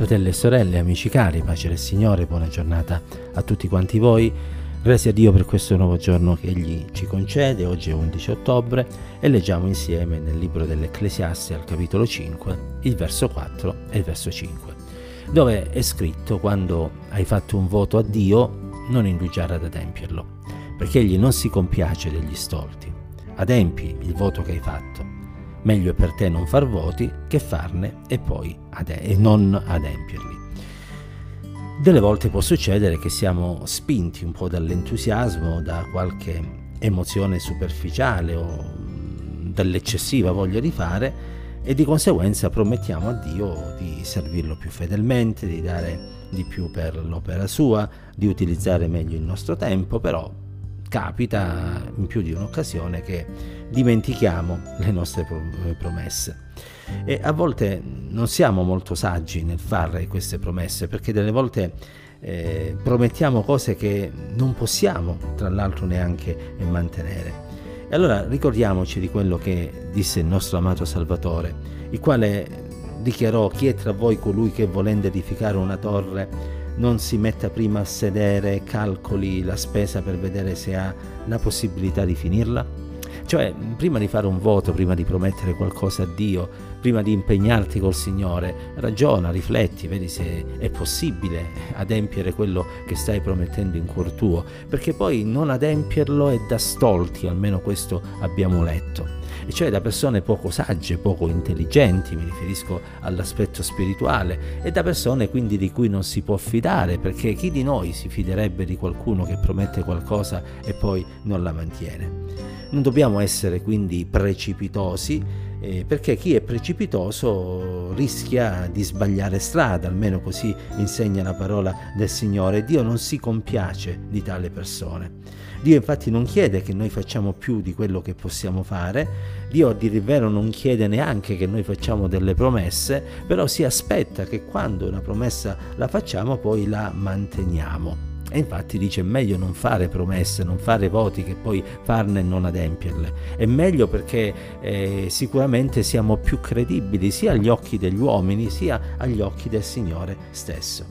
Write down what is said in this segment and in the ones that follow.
Fratelli e sorelle, amici cari, pace del Signore, buona giornata a tutti quanti voi. Grazie a Dio per questo nuovo giorno che Egli ci concede. Oggi è 11 ottobre e leggiamo insieme nel libro dell'Ecclesiaste al capitolo 5, il verso 4 e il verso 5, dove è scritto: quando hai fatto un voto a Dio, non indugiare ad adempierlo, perché Egli non si compiace degli stolti. Adempi il voto che hai fatto. Meglio è per te non far voti che farne e poi non adempierli. Delle volte può succedere che siamo spinti un po' dall'entusiasmo, da qualche emozione superficiale o dall'eccessiva voglia di fare, e di conseguenza promettiamo a Dio di servirlo più fedelmente, di dare di più per l'opera sua, di utilizzare meglio il nostro tempo. Però capita in più di un'occasione che dimentichiamo le nostre promesse, e a volte non siamo molto saggi nel fare queste promesse, perché delle volte promettiamo cose che non possiamo tra l'altro neanche mantenere. E allora ricordiamoci di quello che disse il nostro amato Salvatore, il quale dichiarò: chi è tra voi colui che, volendo edificare una torre, non si metta prima a sedere e calcoli la spesa per vedere se ha la possibilità di finirla? Cioè, prima di fare un voto, prima di promettere qualcosa a Dio, prima di impegnarti col Signore, ragiona, rifletti, vedi se è possibile adempiere quello che stai promettendo in cuor tuo, perché poi non adempierlo è da stolti, almeno questo abbiamo letto, e cioè da persone poco sagge, poco intelligenti, mi riferisco all'aspetto spirituale, e da persone quindi di cui non si può fidare, perché chi di noi si fiderebbe di qualcuno che promette qualcosa e poi non la mantiene? Non dobbiamo essere quindi precipitosi, perché chi è precipitoso rischia di sbagliare strada, almeno così insegna la parola del Signore. Dio non si compiace di tale persone. Dio infatti non chiede che noi facciamo più di quello che possiamo fare. Dio, a dire il vero, non chiede neanche che noi facciamo delle promesse, però si aspetta che quando una promessa la facciamo poi la manteniamo. E infatti dice: è meglio non fare promesse, non fare voti, che poi farne e non adempierle. È meglio perché sicuramente siamo più credibili sia agli occhi degli uomini sia agli occhi del Signore stesso.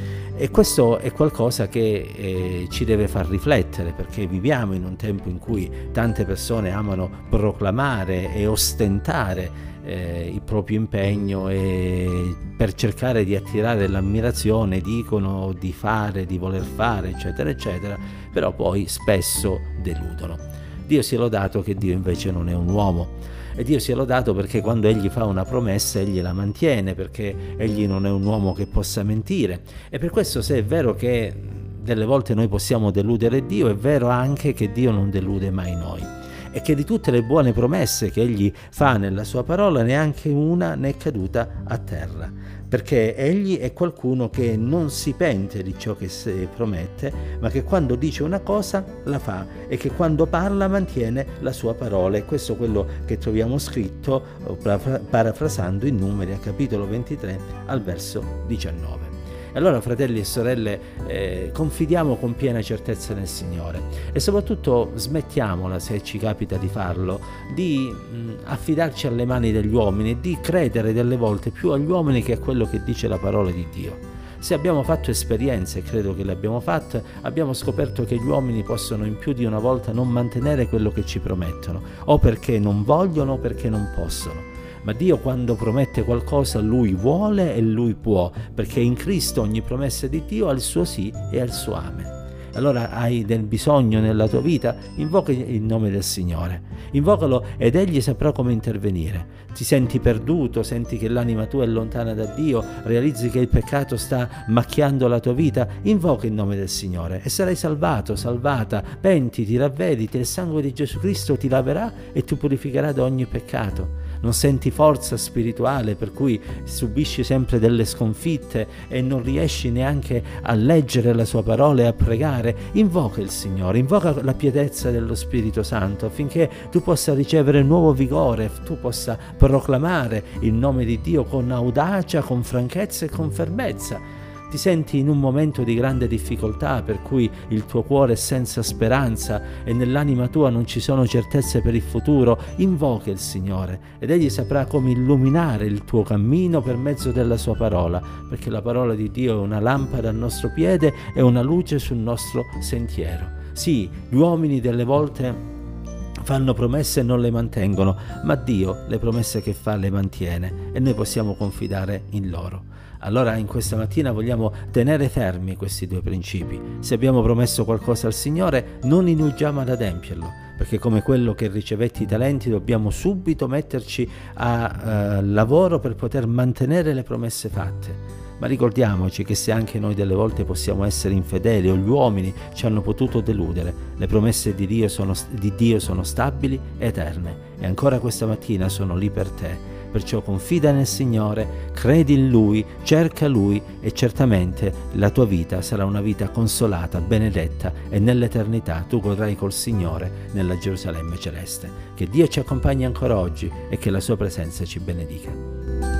E questo è qualcosa che ci deve far riflettere, perché viviamo in un tempo in cui tante persone amano proclamare e ostentare il proprio impegno, e per cercare di attirare l'ammirazione dicono di fare, di voler fare, eccetera eccetera, però poi spesso deludono. Dio sia lodato che Dio invece non è un uomo, e Dio sia lodato perché quando Egli fa una promessa Egli la mantiene, perché Egli non è un uomo che possa mentire. E per questo, se è vero che delle volte noi possiamo deludere Dio, è vero anche che Dio non delude mai noi, e che di tutte le buone promesse che Egli fa nella sua parola neanche una ne è caduta a terra, perché Egli è qualcuno che non si pente di ciò che si promette, ma che quando dice una cosa la fa, e che quando parla mantiene la sua parola. E questo è quello che troviamo scritto, parafrasando, in Numeri al capitolo 23 al verso 19. Allora, fratelli e sorelle, confidiamo con piena certezza nel Signore, e soprattutto smettiamola, se ci capita di farlo, di affidarci alle mani degli uomini e di credere delle volte più agli uomini che a quello che dice la parola di Dio. Se abbiamo fatto esperienze, credo che le abbiamo fatte, abbiamo scoperto che gli uomini possono in più di una volta non mantenere quello che ci promettono, o perché non vogliono o perché non possono. Ma Dio, quando promette qualcosa, Lui vuole e Lui può, perché in Cristo ogni promessa di Dio ha il suo sì e ha il suo amen. Allora hai del bisogno nella tua vita? Invoca il nome del Signore, invocalo ed Egli saprà come intervenire. Ti senti perduto, senti che l'anima tua è lontana da Dio, realizzi che il peccato sta macchiando la tua vita? Invoca il nome del Signore e sarai salvato, salvata. Pentiti, ravvediti, il sangue di Gesù Cristo ti laverà e ti purificherà da ogni peccato. Non senti forza spirituale, per cui subisci sempre delle sconfitte e non riesci neanche a leggere la sua parola e a pregare? Invoca il Signore, invoca la pietezza dello Spirito Santo affinché tu possa ricevere nuovo vigore, tu possa proclamare il nome di Dio con audacia, con franchezza e con fermezza. Ti ti senti in un momento di grande difficoltà per cui il tuo cuore è senza speranza e nell'anima tua non ci sono certezze per il futuro, invoca il Signore ed Egli saprà come illuminare il tuo cammino per mezzo della sua parola, perché la parola di Dio è una lampada al nostro piede e una luce sul nostro sentiero. Sì, gli uomini delle volte fanno promesse e non le mantengono, ma Dio le promesse che fa le mantiene e noi possiamo confidare in loro. Allora in questa mattina vogliamo tenere fermi questi due principi. Se abbiamo promesso qualcosa al Signore, non indugiamo ad adempierlo, perché come quello che ricevetti i talenti dobbiamo subito metterci a lavoro per poter mantenere le promesse fatte. Ma ricordiamoci che se anche noi delle volte possiamo essere infedeli o gli uomini ci hanno potuto deludere, le promesse di Dio sono stabili e eterne e ancora questa mattina sono lì per te. Perciò confida nel Signore, credi in Lui, cerca Lui e certamente la tua vita sarà una vita consolata, benedetta e nell'eternità tu godrai col Signore nella Gerusalemme celeste. Che Dio ci accompagni ancora oggi e che la sua presenza ci benedica.